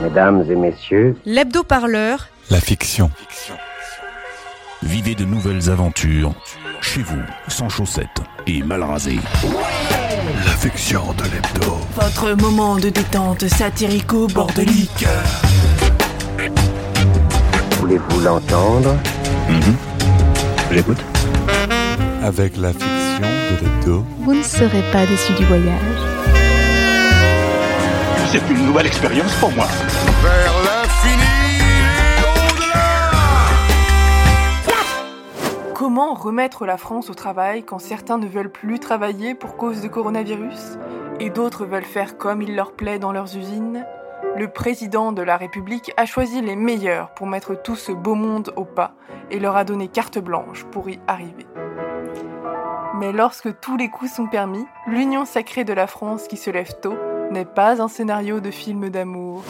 Mesdames et messieurs, l'hebdo-parleur, la fiction. Vivez de nouvelles aventures, chez vous, sans chaussettes et mal rasé. La fiction de l'hebdo. Votre moment de détente satirico-bordelique. voulez-vous l'entendre? J'écoute. Avec la fiction de l'hebdo. Vous ne serez pas déçus du voyage. C'est une nouvelle expérience pour moi. Vers l'infini et au-delà. Comment remettre la France au travail quand certains ne veulent plus travailler pour cause de coronavirus et d'autres veulent faire comme il leur plaît dans leurs usines? Le président de la République a choisi les meilleurs pour mettre tout ce beau monde au pas et leur a donné carte blanche pour y arriver. Mais lorsque tous les coups sont permis, l'union sacrée de la France qui se lève tôt n'est pas un scénario de film d'amour.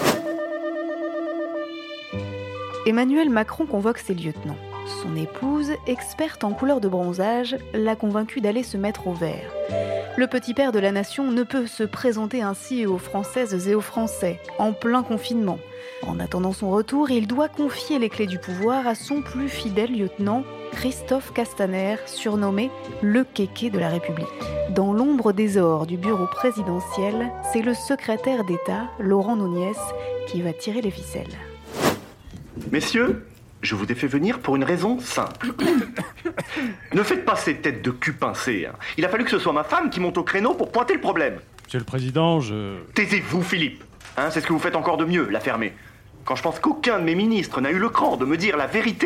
Emmanuel Macron convoque ses lieutenants. Son épouse, experte en couleurs de bronzage, l'a convaincu d'aller se mettre au vert. Le petit père de la nation ne peut se présenter ainsi aux Françaises et aux Français, en plein confinement. En attendant son retour, il doit confier les clés du pouvoir à son plus fidèle lieutenant, Christophe Castaner, surnommé le kéké de la République. Dans l'ombre des ors du bureau présidentiel, c'est le secrétaire d'État, Laurent Nunez, qui va tirer les ficelles. Messieurs, je vous ai fait venir pour une raison simple. Ne faites pas ces têtes de cul pincées. Il a fallu que ce soit ma femme qui monte au créneau pour pointer le problème. Monsieur le Président, Taisez-vous, Philippe. C'est ce que vous faites encore de mieux, la fermer. Quand je pense qu'aucun de mes ministres n'a eu le cran de me dire la vérité...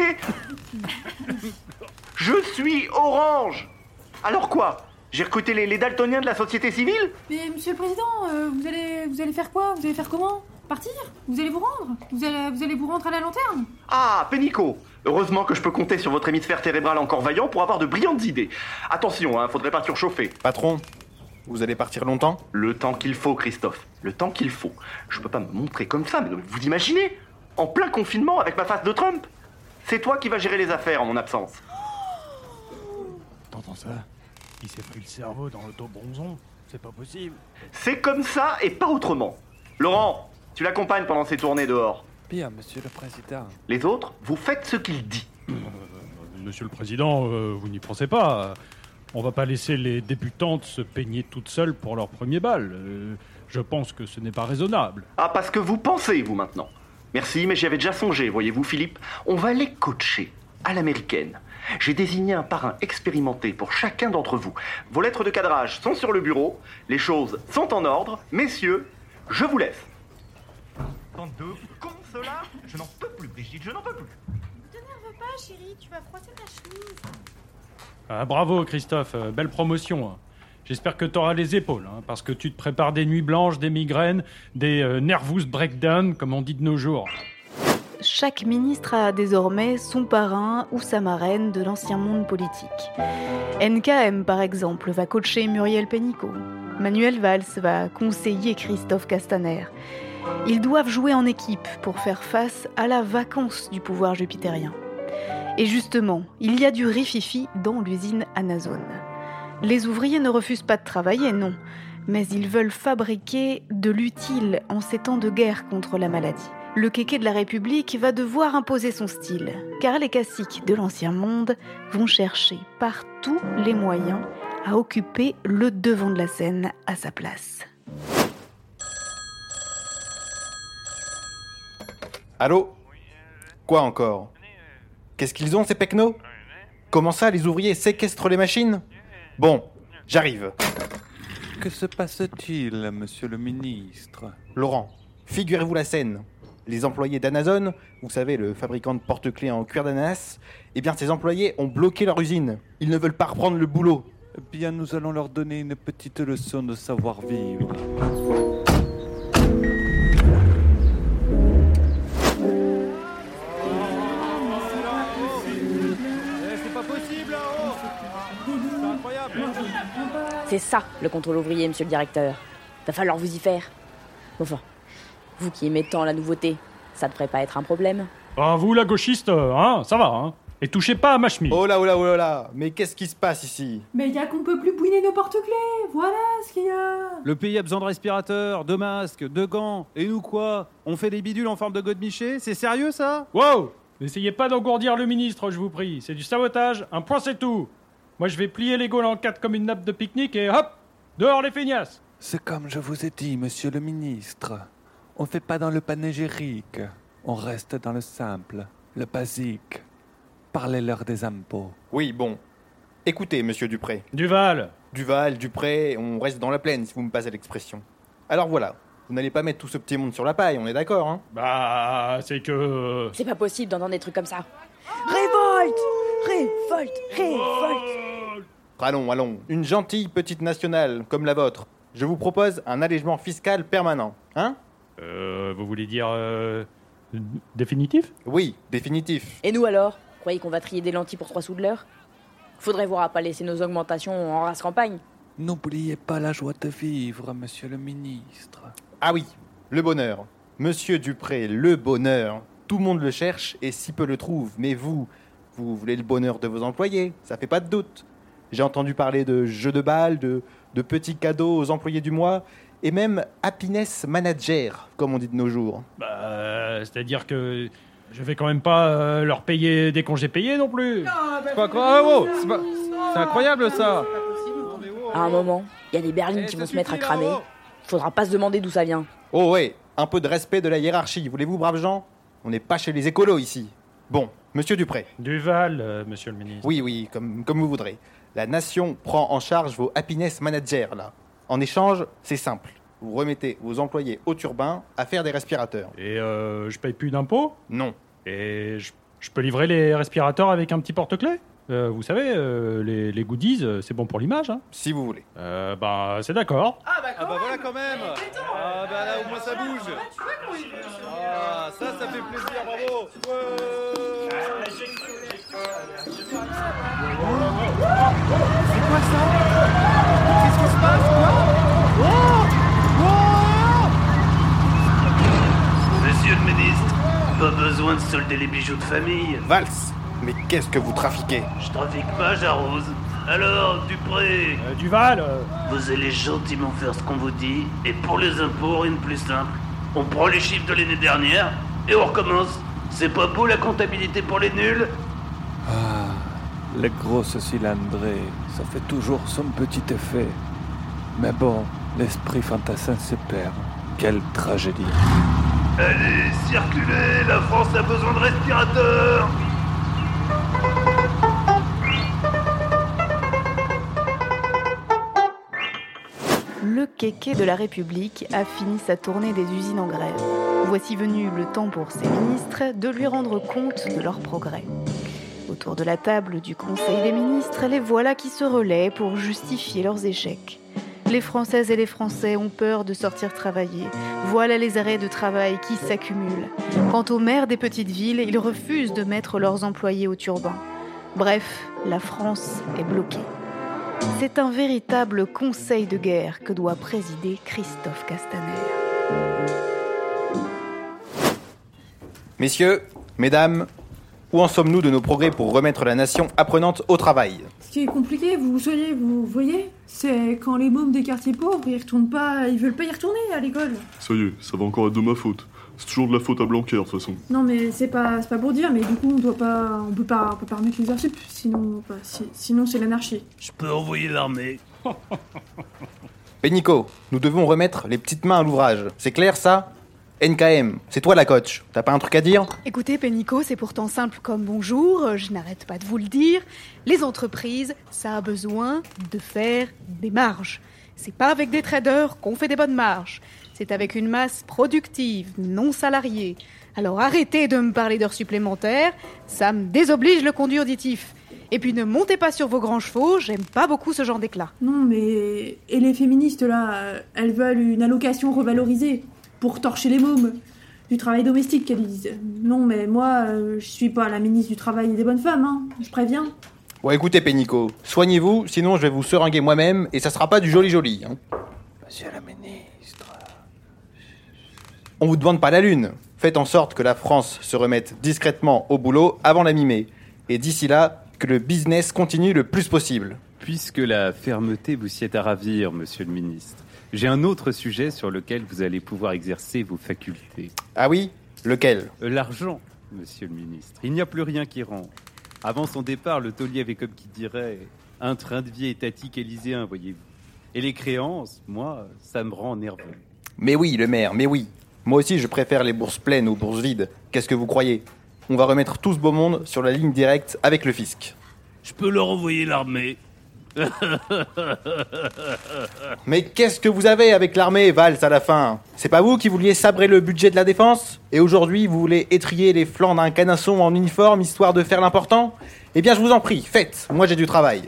Je suis orange. Alors quoi? J'ai recruté les daltoniens de la société civile? Mais Monsieur le Président, vous allez faire quoi? Vous allez faire comment? Partir? Vous allez vous rendre? Vous allez vous rendre à la lanterne? Ah, Pénicaud. Heureusement que je peux compter sur votre hémisphère cérébral encore vaillant pour avoir de brillantes idées. Attention, faudrait pas surchauffer. Patron, vous allez partir longtemps? Le temps qu'il faut, Christophe. Le temps qu'il faut. Je peux pas me montrer comme ça, mais vous imaginez? En plein confinement avec ma face de Trump? C'est toi qui vas gérer les affaires en mon absence. T'entends ça? Il s'est pris le cerveau dans l'auto-bronzon. C'est pas possible. C'est comme ça et pas autrement. Laurent, tu l'accompagnes pendant ses tournées dehors. Bien, Monsieur le Président. Les autres, vous faites ce qu'il dit. Monsieur le Président, vous n'y pensez pas. On va pas laisser les débutantes se peigner toutes seules pour leur premier bal. Je pense que ce n'est pas raisonnable. Ah, parce que vous pensez, vous, maintenant. Merci, mais j'y avais déjà songé, voyez-vous, Philippe. On va les coacher, à l'américaine. J'ai désigné un parrain expérimenté pour chacun d'entre vous. Vos lettres de cadrage sont sur le bureau. Les choses sont en ordre. Messieurs, je vous laisse. Bande de cons, ceux-là. Je n'en peux plus, Brigitte, je n'en peux plus. Ne t'énerve pas, chérie, tu vas froisser ta chemise. Bravo, Christophe. Belle promotion. J'espère que tu auras les épaules, parce que tu te prépares des nuits blanches, des migraines, des nervous breakdown, comme on dit de nos jours. Chaque ministre a désormais son parrain ou sa marraine de l'ancien monde politique. NKM, par exemple, va coacher Muriel Pénicaud. Manuel Valls va conseiller Christophe Castaner. Ils doivent jouer en équipe pour faire face à la vacance du pouvoir jupitérien. Et justement, il y a du rififi dans l'usine Amazon. Les ouvriers ne refusent pas de travailler, non, mais ils veulent fabriquer de l'utile en ces temps de guerre contre la maladie. Le kéké de la République va devoir imposer son style, car les caciques de l'ancien monde vont chercher par tous les moyens à occuper le devant de la scène à sa place. Allô? Quoi encore? Qu'est-ce qu'ils ont, ces pecnos? Comment ça, les ouvriers séquestrent les machines? Bon, j'arrive. Que se passe-t-il, monsieur le ministre? Laurent, figurez-vous la scène. Les employés d'Amazon, vous savez, le fabricant de porte-clés en cuir d'ananas, eh bien, ces employés ont bloqué leur usine. Ils ne veulent pas reprendre le boulot. Eh bien, nous allons leur donner une petite leçon de savoir-vivre. C'est ça, le contrôle ouvrier, monsieur le directeur. Va falloir vous y faire. Enfin, vous qui aimez tant la nouveauté, ça devrait pas être un problème. Vous, la gauchiste, ça va, Et touchez pas à ma chemise. Oh là, mais qu'est-ce qui se passe ici? Mais y a qu'on peut plus bouiner nos porte-clés. Voilà ce qu'il y a. Le pays a besoin de respirateurs, de masques, de gants. Et nous quoi? On fait des bidules en forme de godemiché? C'est sérieux ça? Wow! N'essayez pas d'engourdir le ministre, je vous prie. C'est du sabotage, un point c'est tout. Moi je vais plier les Gaules en quatre comme une nappe de pique-nique et hop! Dehors les feignasses! C'est comme je vous ai dit, monsieur le ministre. On fait pas dans le panégyrique. On reste dans le simple, le basique. Parlez-leur des impôts. Oui, bon. Écoutez, monsieur Dupré. Duval, Dupré, on reste dans la plaine, si vous me passez l'expression. Alors voilà, vous n'allez pas mettre tout ce petit monde sur la paille, on est d'accord, hein? Bah, c'est que... C'est pas possible d'entendre des trucs comme ça. Révolte! Allons, une gentille petite nationale comme la vôtre. Je vous propose un allègement fiscal permanent, hein? Vous voulez dire... définitif? Oui, définitif. Et nous alors? Croyez qu'on va trier des lentilles pour 3 sous de l'heure? Faudrait voir à pas laisser nos augmentations en race campagne. N'oubliez pas la joie de vivre, monsieur le ministre. Ah oui, le bonheur. Monsieur Dupré, le bonheur. Tout le monde le cherche et si peu le trouve. Mais vous voulez le bonheur de vos employés, ça fait pas de doute. J'ai entendu parler de jeux de balles, de petits cadeaux aux employés du mois, et même happiness manager, comme on dit de nos jours. Bah, c'est-à-dire que je vais quand même pas leur payer des congés payés non plus. C'est incroyable ça. À un moment, il y a des berlines qui vont se mettre à cramer. Faudra pas se demander d'où ça vient. Oh ouais, un peu de respect de la hiérarchie, voulez-vous, braves gens? On n'est pas chez les écolos ici. Bon, monsieur Dupré. Duval, monsieur le ministre. Oui, comme vous voudrez. La nation prend en charge vos happiness managers, là. En échange, c'est simple. Vous remettez vos employés au turbin à faire des respirateurs. Et je paye plus d'impôts? Non. Et je peux livrer les respirateurs avec un petit porte-clés? Vous savez, les goodies, c'est bon pour l'image, hein? Si vous voulez. Bah, c'est d'accord. Ah bah voilà quand même. Ah bah là au moins ça bouge. Ah ça fait plaisir, bravo. C'est quoi ça? Qu'est-ce qui se passe? Monsieur le ministre, pas besoin de solder les bijoux de famille. Valls, mais qu'est-ce que vous trafiquez? Je trafique pas, j'arrose. Alors, Dupré, Duval, vous allez gentiment faire ce qu'on vous dit, et pour les impôts, rien de plus simple. On prend les chiffres de l'année dernière, et on recommence. C'est pas beau la comptabilité pour les nuls? Ah, les grosses cylindrées, ça fait toujours son petit effet. Mais bon, l'esprit fantassin se perd. Quelle tragédie. Allez, circulez, la France a besoin de respirateurs. Le kéké de la République a fini sa tournée des usines en grève. Voici venu le temps pour ses ministres de lui rendre compte de leurs progrès. Autour de la table du Conseil des ministres, les voilà qui se relaient pour justifier leurs échecs. Les Françaises et les Français ont peur de sortir travailler. Voilà les arrêts de travail qui s'accumulent. Quant aux maires des petites villes, ils refusent de mettre leurs employés au turbin. Bref, la France est bloquée. C'est un véritable conseil de guerre que doit présider Christophe Castaner. Messieurs, mesdames, où en sommes-nous de nos progrès pour remettre la nation apprenante au travail? Ce qui est compliqué, vous voyez, c'est quand les mômes des quartiers pauvres, ils veulent pas y retourner à l'école. Ça y est, ça va encore être de ma faute. C'est toujours de la faute à Blanquer, de toute façon. Non mais c'est pas pour dire, mais du coup on peut pas remettre les heures sup, sinon c'est l'anarchie. Je peux envoyer l'armée. Pénicaud, nous devons remettre les petites mains à l'ouvrage. C'est clair ça? NKM, c'est toi la coach. T'as pas un truc à dire? Écoutez, Pénicaud, c'est pourtant simple comme bonjour, je n'arrête pas de vous le dire. Les entreprises, ça a besoin de faire des marges. C'est pas avec des traders qu'on fait des bonnes marges. C'est avec une masse productive, non salariée. Alors arrêtez de me parler d'heures supplémentaires, ça me désoblige le conduit auditif. Et puis ne montez pas sur vos grands chevaux, j'aime pas beaucoup ce genre d'éclat. Non mais... Et les féministes là, elles veulent une allocation revalorisée pour torcher les mômes. Du travail domestique qu'elles disent. Non mais moi, je suis pas la ministre du travail et des bonnes femmes, hein, je préviens. Bon écoutez Pénicaud, soignez-vous, sinon je vais vous seringuer moi-même et ça sera pas du joli. Hein. Monsieur le ministre... On vous demande pas la lune. Faites en sorte que la France se remette discrètement au boulot avant la mi-mai. Et d'ici là, que le business continue le plus possible. Puisque la fermeté vous sied à ravir, monsieur le ministre, j'ai un autre sujet sur lequel vous allez pouvoir exercer vos facultés. Ah oui ? Lequel ? L'argent, monsieur le ministre. Il n'y a plus rien qui rentre. Avant son départ, le taulier avait comme qui dirait un train de vie étatique élyséen, voyez-vous. Et les créances, moi, ça me rend nerveux. Mais oui, le maire, mais oui. Moi aussi, je préfère les bourses pleines aux bourses vides. Qu'est-ce que vous croyez ? On va remettre tout ce beau monde sur la ligne directe avec le fisc. Je peux leur envoyer l'armée. Mais qu'est-ce que vous avez avec l'armée, Valls, à la fin ? C'est pas vous qui vouliez sabrer le budget de la défense ? Et aujourd'hui, vous voulez étriller les flancs d'un canasson en uniforme, histoire de faire l'important ? Eh bien, je vous en prie, faites. Moi, j'ai du travail.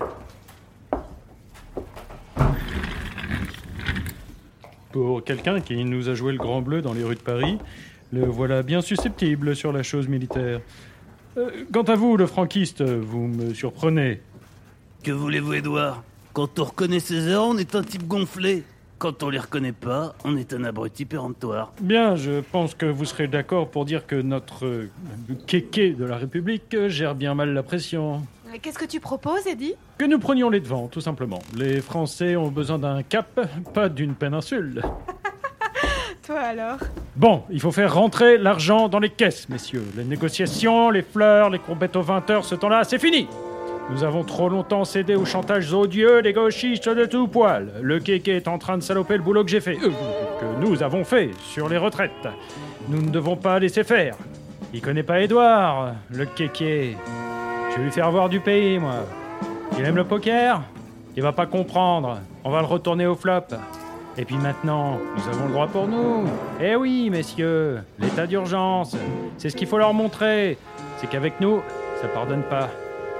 Pour quelqu'un qui nous a joué le grand bleu dans les rues de Paris, le voilà bien susceptible sur la chose militaire. Quant à vous, le franquiste, vous me surprenez. Que voulez-vous, Édouard ? Quand on reconnaît ses heures, on est un type gonflé. Quand on les reconnaît pas, on est un abruti péremptoire. Bien, je pense que vous serez d'accord pour dire que notre kéké de la République gère bien mal la pression. Qu'est-ce que tu proposes, Eddy ? Que nous prenions les devants, tout simplement. Les Français ont besoin d'un cap, pas d'une péninsule. Toi alors ? Bon, il faut faire rentrer l'argent dans les caisses, messieurs. Les négociations, les fleurs, les courbettes aux 20 heures, ce temps-là, c'est fini. Nous avons trop longtemps cédé aux chantages odieux des gauchistes de tout poil. Le kéké est en train de saloper le boulot que j'ai fait, que nous avons fait sur les retraites. Nous ne devons pas laisser faire. Il connaît pas Édouard, le kéké. Je vais lui faire voir du pays, moi. Il aime le poker ? Il va pas comprendre. On va le retourner au flop. Et puis maintenant, nous avons le droit pour nous. Eh oui, messieurs, l'état d'urgence. C'est ce qu'il faut leur montrer. C'est qu'avec nous, ça pardonne pas.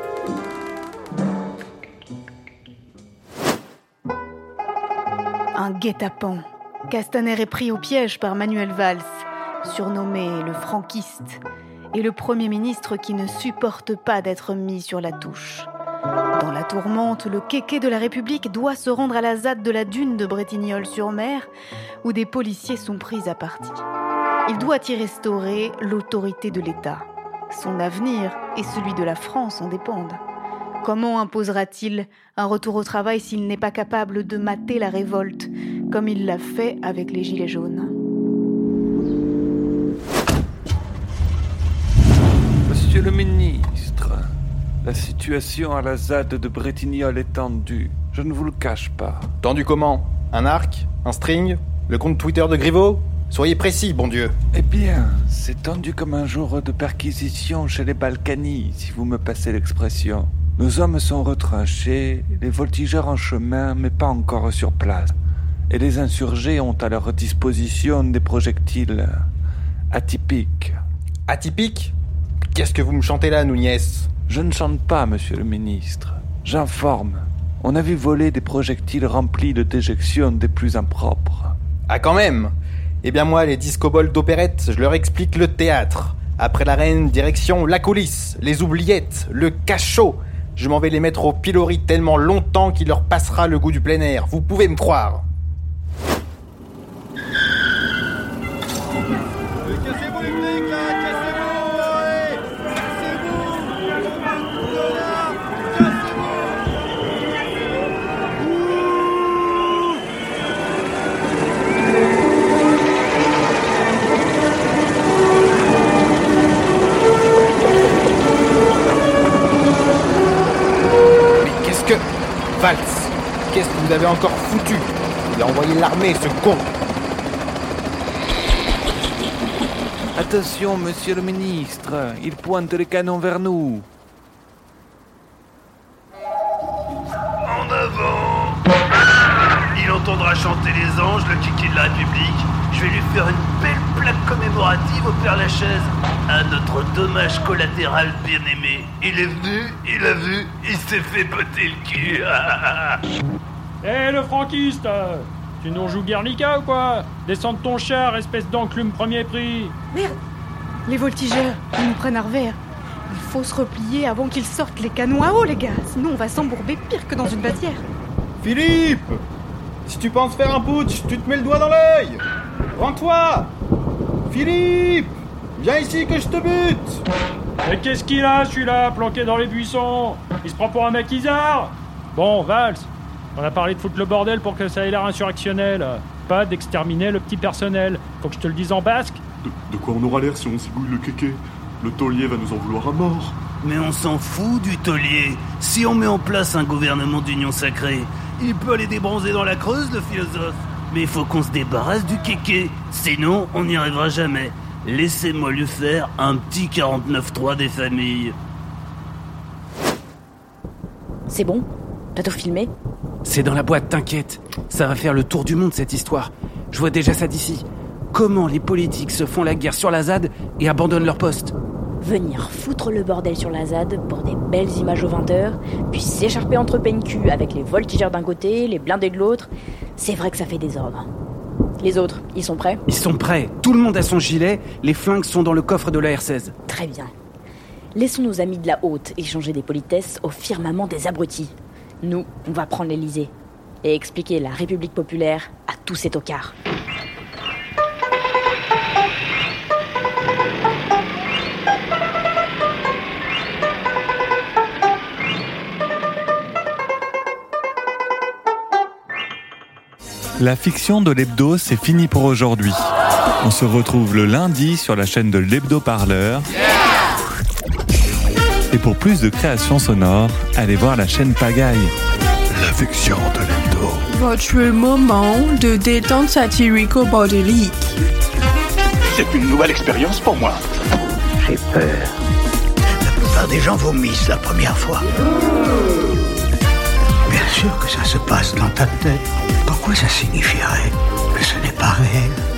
Un guet-apens. Castaner est pris au piège par Manuel Valls, surnommé le franquiste, et le Premier ministre qui ne supporte pas d'être mis sur la touche. Dans la tourmente, le kéké de la République doit se rendre à la ZAD de la dune de Bretignolles-sur-Mer, où des policiers sont pris à partie. Il doit y restaurer l'autorité de l'État. Son avenir et celui de la France en dépendent. Comment imposera-t-il un retour au travail s'il n'est pas capable de mater la révolte, comme il l'a fait avec les Gilets jaunes ? Monsieur le ministre, la situation à la ZAD de Bretignolles est tendue. Je ne vous le cache pas. Tendu comment ? Un arc ? Un string ? Le compte Twitter de Griveaux ? Soyez précis, bon Dieu. Eh bien, c'est tendu comme un jour de perquisition chez les Balkany, si vous me passez l'expression. Nos hommes sont retranchés, les voltigeurs en chemin, mais pas encore sur place. Et les insurgés ont à leur disposition des projectiles atypiques. Atypiques ? Qu'est-ce que vous me chantez là, Núñez ? Je ne chante pas, monsieur le ministre. J'informe. On a vu voler des projectiles remplis de déjections des plus impropres. Ah, quand même ? Eh bien moi, les discoboles d'opérette, je leur explique le théâtre. Après la reine, direction la coulisse, les oubliettes, le cachot. Je m'en vais les mettre au pilori tellement longtemps qu'il leur passera le goût du plein air. Vous pouvez me croire. Cassez-vous les flics là, cassez-vous, allez, cassez-vous, là, Mais qu'est-ce que... Valls, qu'est-ce que vous avez encore foutu ? Il a envoyé l'armée, ce con. Attention, monsieur le ministre, il pointe les canons vers nous. En avant. Il entendra chanter les anges, le kéké de la République. Je vais lui faire une belle plaque commémorative au Père-Lachaise. À notre dommage collatéral bien-aimé. Il est venu, il a vu, il s'est fait botter le cul. Eh, le franquiste, tu nous rejoues Guernica ou quoi ? Descends de ton char, espèce d'enclume premier prix. Merde ! Les voltigeurs, ils nous prennent à revers. Il faut se replier avant qu'ils sortent les canons à eau, les gars. Sinon, on va s'embourber pire que dans une vasière. Philippe ! Si tu penses faire un putsch, tu te mets le doigt dans l'œil. Rends-toi ! Philippe ! Viens ici que je te bute ! Mais qu'est-ce qu'il a, celui-là, planqué dans les buissons? Il se prend pour un maquisard? Bon, Valls, on a parlé de foutre le bordel pour que ça ait l'air insurrectionnel. Pas d'exterminer le petit personnel. Faut que je te le dise en basque? De quoi on aura l'air si on zigouille le kéké? Le taulier va nous en vouloir à mort. Mais on s'en fout du taulier. Si on met en place un gouvernement d'union sacrée, il peut aller débronzer dans la Creuse, le philosophe. Mais il faut qu'on se débarrasse du kéké. Sinon, on n'y arrivera jamais. Laissez-moi lui faire un petit 49.3 des familles. C'est bon? T'as tout filmé? C'est dans la boîte, t'inquiète. Ça va faire le tour du monde, cette histoire. Je vois déjà ça d'ici. Comment les politiques se font la guerre sur la ZAD et abandonnent leur poste? Venir foutre le bordel sur la ZAD pour des belles images aux 20h, puis s'écharper entre PNQ avec les voltigeurs d'un côté, les blindés de l'autre, c'est vrai que ça fait désordre. Les autres, ils sont prêts? Ils sont prêts. Tout le monde a son gilet. Les flingues sont dans le coffre de l'AR-16. Très bien. Laissons nos amis de la haute échanger des politesses au firmament des abrutis. Nous, on va prendre l'Elysée et expliquer la République populaire à tous ces tocards. La fiction de l'hebdo, c'est fini pour aujourd'hui. On se retrouve le lundi sur la chaîne de l'Hebdo Parleur. Et pour plus de créations sonores, allez voir la chaîne Pagaille. La fiction de l'hebdo. Votre moment de détente satirico-bordélique. C'est une nouvelle expérience pour moi. J'ai peur. La plupart des gens vomissent la première fois. Bien sûr que ça se passe dans ta tête. Pourquoi ça signifierait que ce n'est pas réel?